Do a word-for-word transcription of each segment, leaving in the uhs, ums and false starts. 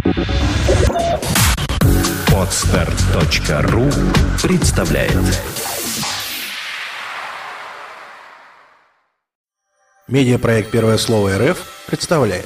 Подстарт точка ру представляет. Медиапроект «Первое слово РФ» представляет.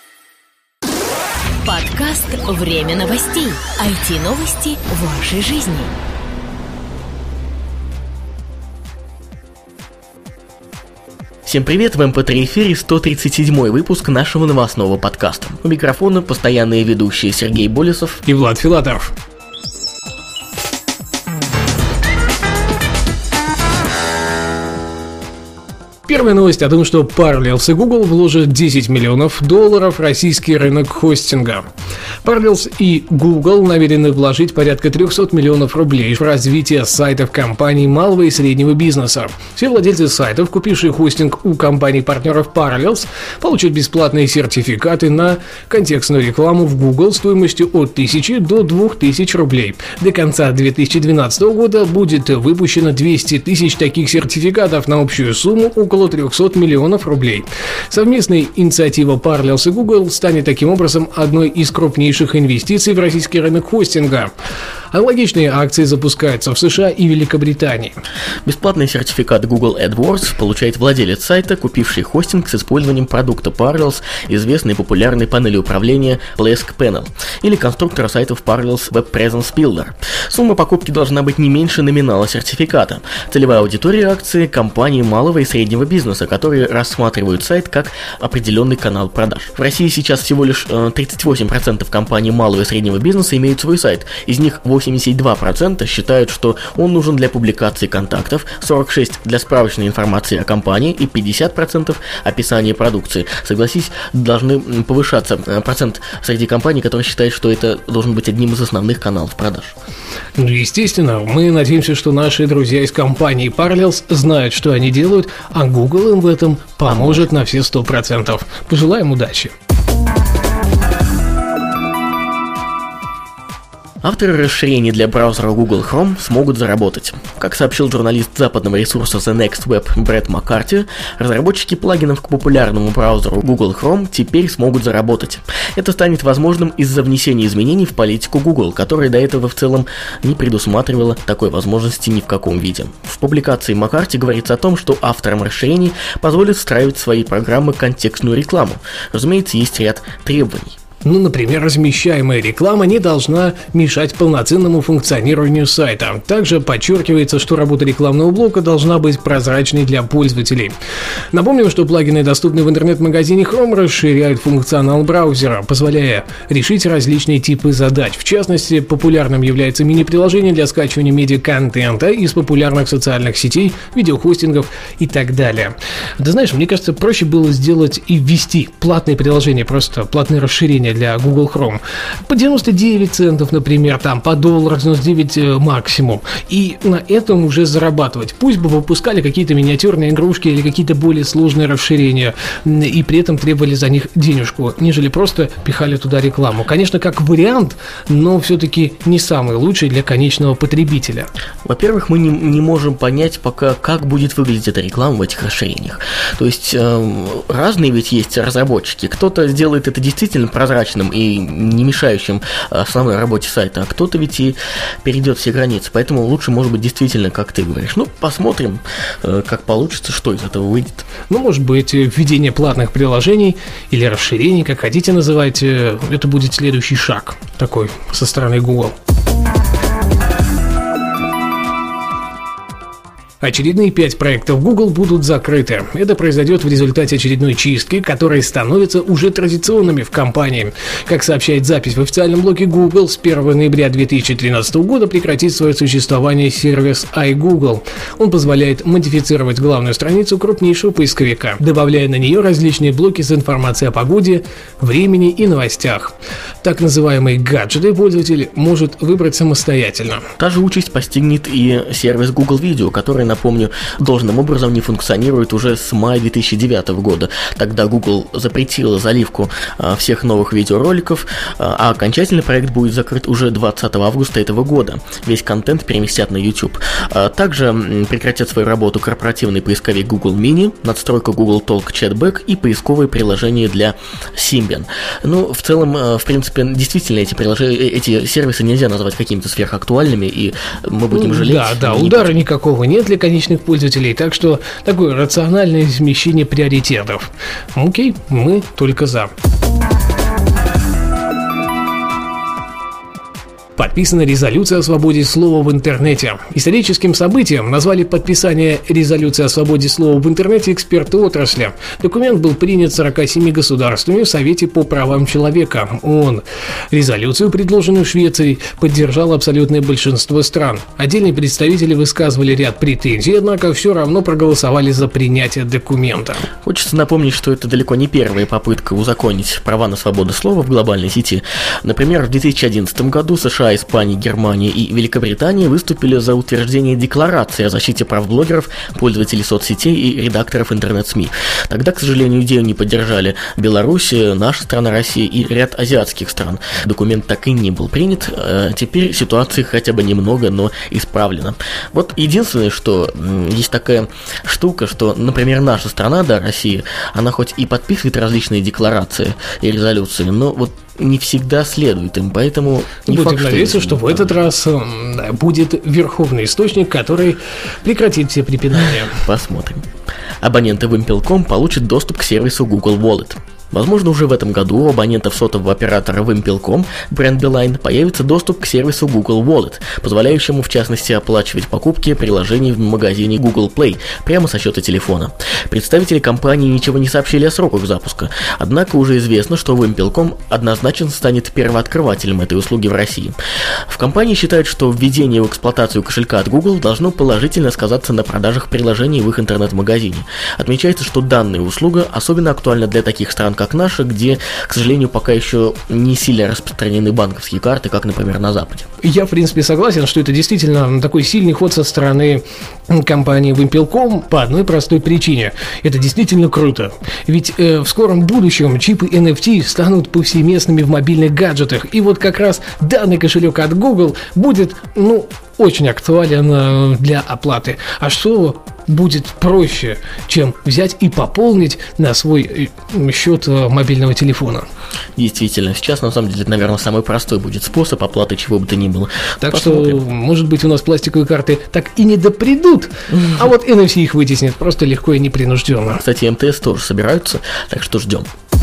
Подкаст «Время новостей». ай ти-новости вашей жизни. Всем привет, в эм пэ три эфире сто тридцать седьмой выпуск нашего новостного подкаста. У микрофона постоянные ведущие Сергей Болесов и Влад Филатов. Первая новость о том, что Parallels и Google вложат десять миллионов долларов в российский рынок хостинга. Parallels и Google намерены вложить порядка триста миллионов рублей в развитие сайтов компаний малого и среднего бизнеса. Все владельцы сайтов, купившие хостинг у компаний-партнеров Parallels, получат бесплатные сертификаты на контекстную рекламу в Google стоимостью от тысячи до двух тысяч рублей. До конца две тысячи двенадцатого года будет выпущено двести тысяч таких сертификатов на общую сумму около триста миллионов рублей. Совместная инициатива Parallels и Google станет таким образом одной из крупнейших инвестиций в российский рынок хостинга. Аналогичные акции запускаются в США и Великобритании. Бесплатный сертификат Google AdWords получает владелец сайта, купивший хостинг с использованием продукта Parallels, известной и популярной панели управления Plesk Panel, или конструктора сайтов Parallels Web Presence Builder. Сумма покупки должна быть не меньше номинала сертификата. Целевая аудитория акции – компании малого и среднего бизнеса, которые рассматривают сайт как определенный канал продаж. В России сейчас всего лишь тридцать восемь процентов компаний малого и среднего бизнеса имеют свой сайт. Из них восемьдесят два процента считают, что он нужен для публикации контактов, сорок шесть процентов для справочной информации о компании и пятьдесят процентов описания продукции. Согласись, должны повышаться процент среди компаний, которые считают, что это должен быть одним из основных каналов продаж. Ну, естественно, мы надеемся, что наши друзья из компании Parallels знают, что они делают, а Google им в этом поможет на все сто процентов. Пожелаем удачи! Авторы расширений для браузера Google Chrome смогут заработать. Как сообщил журналист западного ресурса The Next Web Брэд Маккарти, разработчики плагинов к популярному браузеру Google Chrome теперь смогут заработать. Это станет возможным из-за внесения изменений в политику Google, которая до этого в целом не предусматривала такой возможности ни в каком виде. В публикации Маккарти говорится о том, что авторам расширений позволят встраивать в свои программы контекстную рекламу. Разумеется, есть ряд требований. Ну, например, размещаемая реклама не должна мешать полноценному функционированию сайта. Также подчеркивается, что работа рекламного блока должна быть прозрачной для пользователей. Напомним, что плагины, доступные в интернет-магазине Chrome, расширяют функционал браузера, позволяя решить различные типы задач. В частности, популярным является мини-приложение для скачивания медиа-контента из популярных социальных сетей, видеохостингов и так далее. Ты знаешь, мне кажется, проще было сделать и ввести платные приложения, просто платные расширения для Google Chrome. По девяносто девять центов, например, там по доллару девяносто девять максимум. И на этом уже зарабатывать. Пусть бы выпускали какие-то миниатюрные игрушки или какие-то более сложные расширения, и при этом требовали за них денежку, нежели просто пихали туда рекламу. Конечно, как вариант, но все-таки не самый лучший для конечного потребителя. Во-первых, мы не, не можем понять пока, как будет выглядеть эта реклама в этих расширениях. То есть, э, разные ведь есть разработчики. Кто-то сделает это действительно прозрачно и не мешающим основной работе сайта, а кто-то ведь и перейдет все границы, поэтому лучше, может быть, действительно, как ты говоришь. Ну, посмотрим, как получится, что из этого выйдет. Ну, может быть, введение платных приложений или расширений, как хотите называть, это будет следующий шаг такой со стороны Google. Очередные пять проектов Google будут закрыты. Это произойдет в результате очередной чистки, которые становятся уже традиционными в компании. Как сообщает запись в официальном блоге Google, с первого ноября две тысячи тринадцатого года прекратит свое существование сервис iGoogle. Он позволяет модифицировать главную страницу крупнейшего поисковика, добавляя на нее различные блоки с информацией о погоде, времени и новостях. Так называемые гаджеты пользователь может выбрать самостоятельно. Та же участь постигнет и сервис Google Video, который напомню, должным образом не функционирует уже с мая две тысячи девятого года. Тогда Google запретила заливку а, всех новых видеороликов, а, а окончательный проект будет закрыт уже двадцатого августа этого года. Весь контент переместят на YouTube. А, также м, прекратят свою работу корпоративный поисковик Google Mini, надстройка Google Talk Chatback и поисковые приложения для Symbian. Ну, в целом, в принципе, действительно, эти приложения, эти сервисы нельзя назвать какими-то сверхактуальными, и мы будем жалеть. Да, да, удара никакого нет для конечных пользователей, так что такое рациональное смещение приоритетов. Окей, мы только за. Подписана резолюция о свободе слова в интернете. Историческим событием назвали подписание резолюции о свободе слова в интернете эксперты отрасли. Документ был принят сорока семью государствами в Совете по правам человека ООН. Резолюцию, предложенную Швецией, поддержало абсолютное большинство стран. Отдельные представители высказывали ряд претензий, однако все равно проголосовали за принятие документа. Хочется напомнить, что это далеко не первая попытка узаконить права на свободу слова в глобальной сети. Например, в две тысячи одиннадцатом году США, Испания, Германия и Великобритания выступили за утверждение декларации о защите прав блогеров, пользователей соцсетей и редакторов интернет-СМИ. Тогда, к сожалению, идею не поддержали Беларусь, наша страна Россия и ряд азиатских стран. Документ так и не был принят. Теперь ситуация хотя бы немного, но исправлена. Вот единственное, что есть такая штука, что, например, наша страна, да, Россия, она хоть и подписывает различные декларации и резолюции, но вот не всегда следует им, поэтому не Будем факт, надеяться, что, что в этот раз да, будет верховный источник, который прекратит все препинания. Посмотрим. Абоненты Wimpel.com получат доступ к сервису Google Wallet. Возможно, уже в этом году у абонентов сотового оператора Wimpel.com, бренд Beeline, появится доступ к сервису Google Wallet, позволяющему, в частности, оплачивать покупки приложений в магазине Google Play прямо со счета телефона. Представители компании ничего не сообщили о сроках запуска, однако уже известно, что Wimpel.com однозначно станет первооткрывателем этой услуги в России. В компании считают, что введение в эксплуатацию кошелька от Google должно положительно сказаться на продажах приложений в их интернет-магазине. Отмечается, что данная услуга особенно актуальна для таких стран, как наша, где, к сожалению, пока еще не сильно распространены банковские карты, как, например, на Западе. Я, в принципе, согласен, что это действительно такой сильный ход со стороны компании Wimpel.com по одной простой причине. Это действительно круто. Ведь э, в скором будущем чипы эн эф ти станут повсеместными в мобильных гаджетах. И вот как раз данный кошелек от Google будет, ну, очень актуален для оплаты. А что будет проще, чем взять и пополнить на свой счет мобильного телефона? Действительно, сейчас, на самом деле, это, наверное, самый простой будет способ оплаты чего бы то ни было. Так Посмотрим. что, может быть, у нас пластиковые карты так и не допридут, а вот эн эф си их вытеснит просто легко и непринужденно. Кстати, эм тэ эс тоже собираются, так что ждем.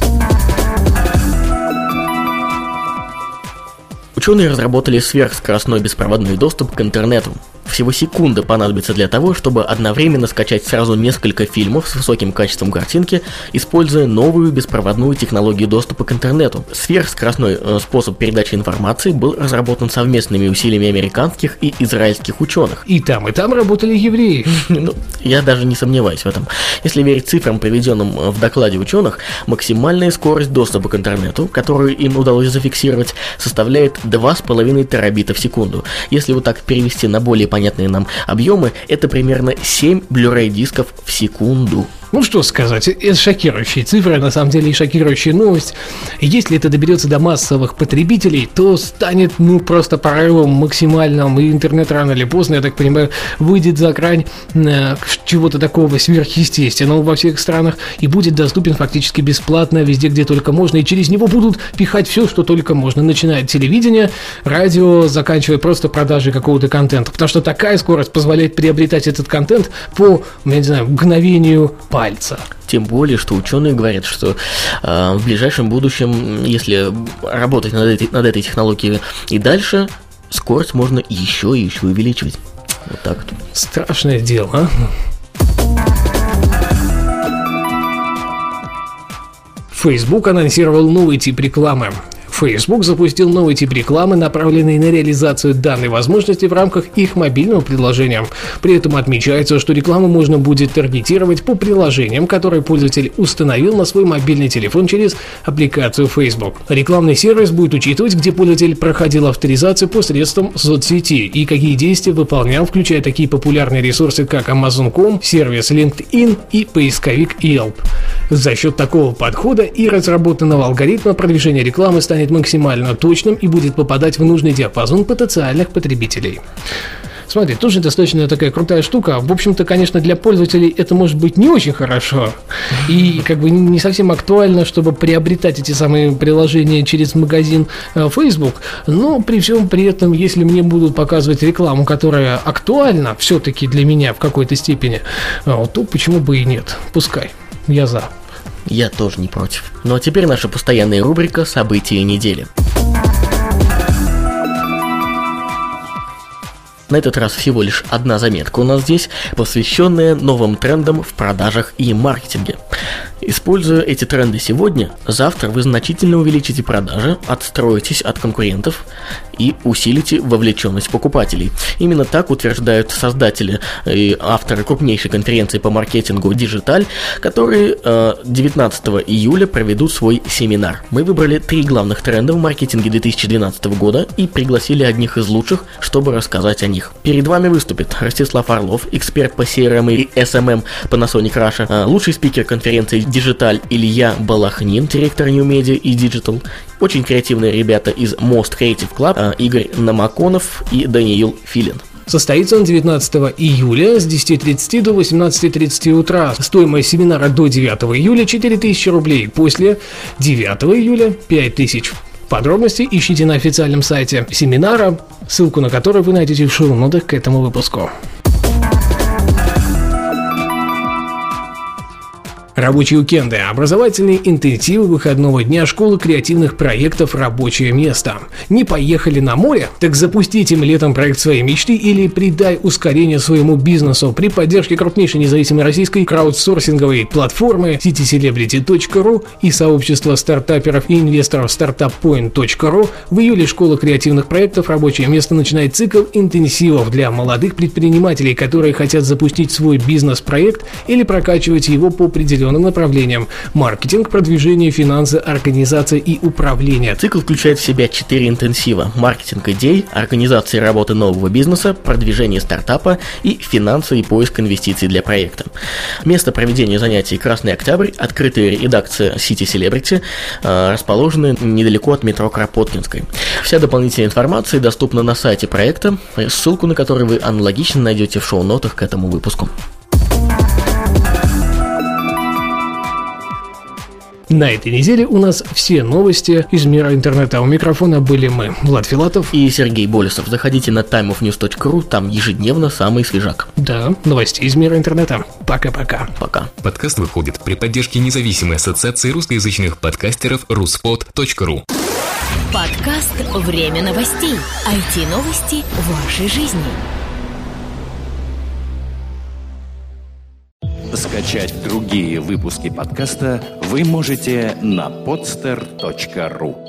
Ученые разработали сверхскоростной беспроводной доступ к интернету. Всего секунда понадобится для того, чтобы одновременно скачать сразу несколько фильмов с высоким качеством картинки, используя новую беспроводную технологию доступа к интернету. Сверхскоростной э, способ передачи информации был разработан совместными усилиями американских и израильских ученых. И там, и там работали евреи. Ну, я даже не сомневаюсь в этом. Если верить цифрам, приведенным в докладе ученых, максимальная скорость доступа к интернету, которую им удалось зафиксировать, составляет два с половиной терабита в секунду. Если вот так перевести на более понятные нам объемы, это примерно семь Blu-ray дисков в секунду. Ну что сказать, это шокирующие цифры, на самом деле и шокирующая новость. Если это доберется до массовых потребителей, то станет ну просто прорывом максимальным, и интернет рано или поздно, я так понимаю, выйдет за грань э, чего-то такого сверхъестественного во всех странах и будет доступен фактически бесплатно везде, где только можно, и через него будут пихать все, что только можно, начиная от телевидения, радио, заканчивая просто продажей какого-то контента, потому что такая скорость позволяет приобретать этот контент по, я не знаю, мгновению пальца. Тем более, что ученые говорят, что э, в ближайшем будущем, если работать над этой, над этой технологией и дальше, скорость можно еще и еще увеличивать. Вот так вот. Страшное дело, а? Facebook анонсировал новый тип рекламы. Facebook запустил новый тип рекламы, направленный на реализацию данной возможности в рамках их мобильного приложения. При этом отмечается, что рекламу можно будет таргетировать по приложениям, которые пользователь установил на свой мобильный телефон через аппликацию Facebook. Рекламный сервис будет учитывать, где пользователь проходил авторизацию посредством соцсети и какие действия выполнял, включая такие популярные ресурсы, как амазон точка ком, сервис LinkedIn и поисковик Yelp. За счет такого подхода и разработанного алгоритма продвижение рекламы станет максимально точным и будет попадать в нужный диапазон потенциальных потребителей. Смотри, тоже достаточно такая крутая штука. В общем-то, конечно, для пользователей это может быть не очень хорошо. И как бы не совсем актуально, чтобы приобретать эти самые приложения через магазин Facebook. Но при всем при этом, если мне будут показывать рекламу, которая актуальна все-таки для меня в какой-то степени, то почему бы и нет? Пускай. Я за. Я тоже не против. Ну а теперь наша постоянная рубрика «События недели». На этот раз всего лишь одна заметка у нас здесь, посвященная новым трендам в продажах и маркетинге. Используя эти тренды сегодня, завтра вы значительно увеличите продажи, отстроитесь от конкурентов и усилите вовлеченность покупателей. Именно так утверждают создатели и авторы крупнейшей конференции по маркетингу Digital, которые девятнадцатого июля проведут свой семинар. Мы выбрали три главных тренда в маркетинге две тысячи двенадцатого года и пригласили одних из лучших, чтобы рассказать о них. Перед вами выступит Ростислав Орлов, эксперт по си эр эм и эс эм эм Panasonic Russia, лучший спикер конференции Digital Илья Балахнин, директор New Media и Digital, очень креативные ребята из Most Creative Club, Игорь Намаконов и Даниил Филин. Состоится он девятнадцатого июля с десяти тридцати до восемнадцати тридцати утра. Стоимость семинара до девятого июля четыре тысячи рублей, после девятого июля пять тысяч. Подробности ищите на официальном сайте семинара, ссылку на который вы найдете в шоу-нотах к этому выпуску. Рабочие уикенды, образовательные интенсивы выходного дня, школы креативных проектов, рабочее место. Не поехали на море? Так запусти этим летом проект своей мечты или придай ускорение своему бизнесу при поддержке крупнейшей независимой российской краудсорсинговой платформы сити селебрити точка ру и сообщества стартаперов и инвесторов стартаппоинт точка ру. В июле школа креативных проектов «Рабочее место» начинает цикл интенсивов для молодых предпринимателей, которые хотят запустить свой бизнес-проект или прокачивать его по определенным направлениям: маркетинг, продвижение, финансы, организация и управление. Цикл включает в себя четыре интенсива: маркетинг идей, организация работы нового бизнеса, продвижение стартапа и финансы и поиск инвестиций для проекта. Место проведения занятий Красный Октябрь, открытая редакция City Celebrity, расположенная недалеко от метро Кропоткинской. Вся дополнительная информация доступна на сайте проекта, ссылку на который вы аналогично найдете в шоу-нотах к этому выпуску. На этой неделе у нас все новости из мира интернета. У микрофона были мы, Влад Филатов и Сергей Болесов. Заходите на тайм оф ньюс точка ру, там ежедневно самый свежак. Да, новости из мира интернета. Пока-пока. Пока. Подкаст выходит при поддержке независимой ассоциации русскоязычных подкастеров руспод точка ру. Подкаст «Время новостей». ай ти-новости вашей жизни. Скачать другие выпуски подкаста вы можете на подстер точка ру.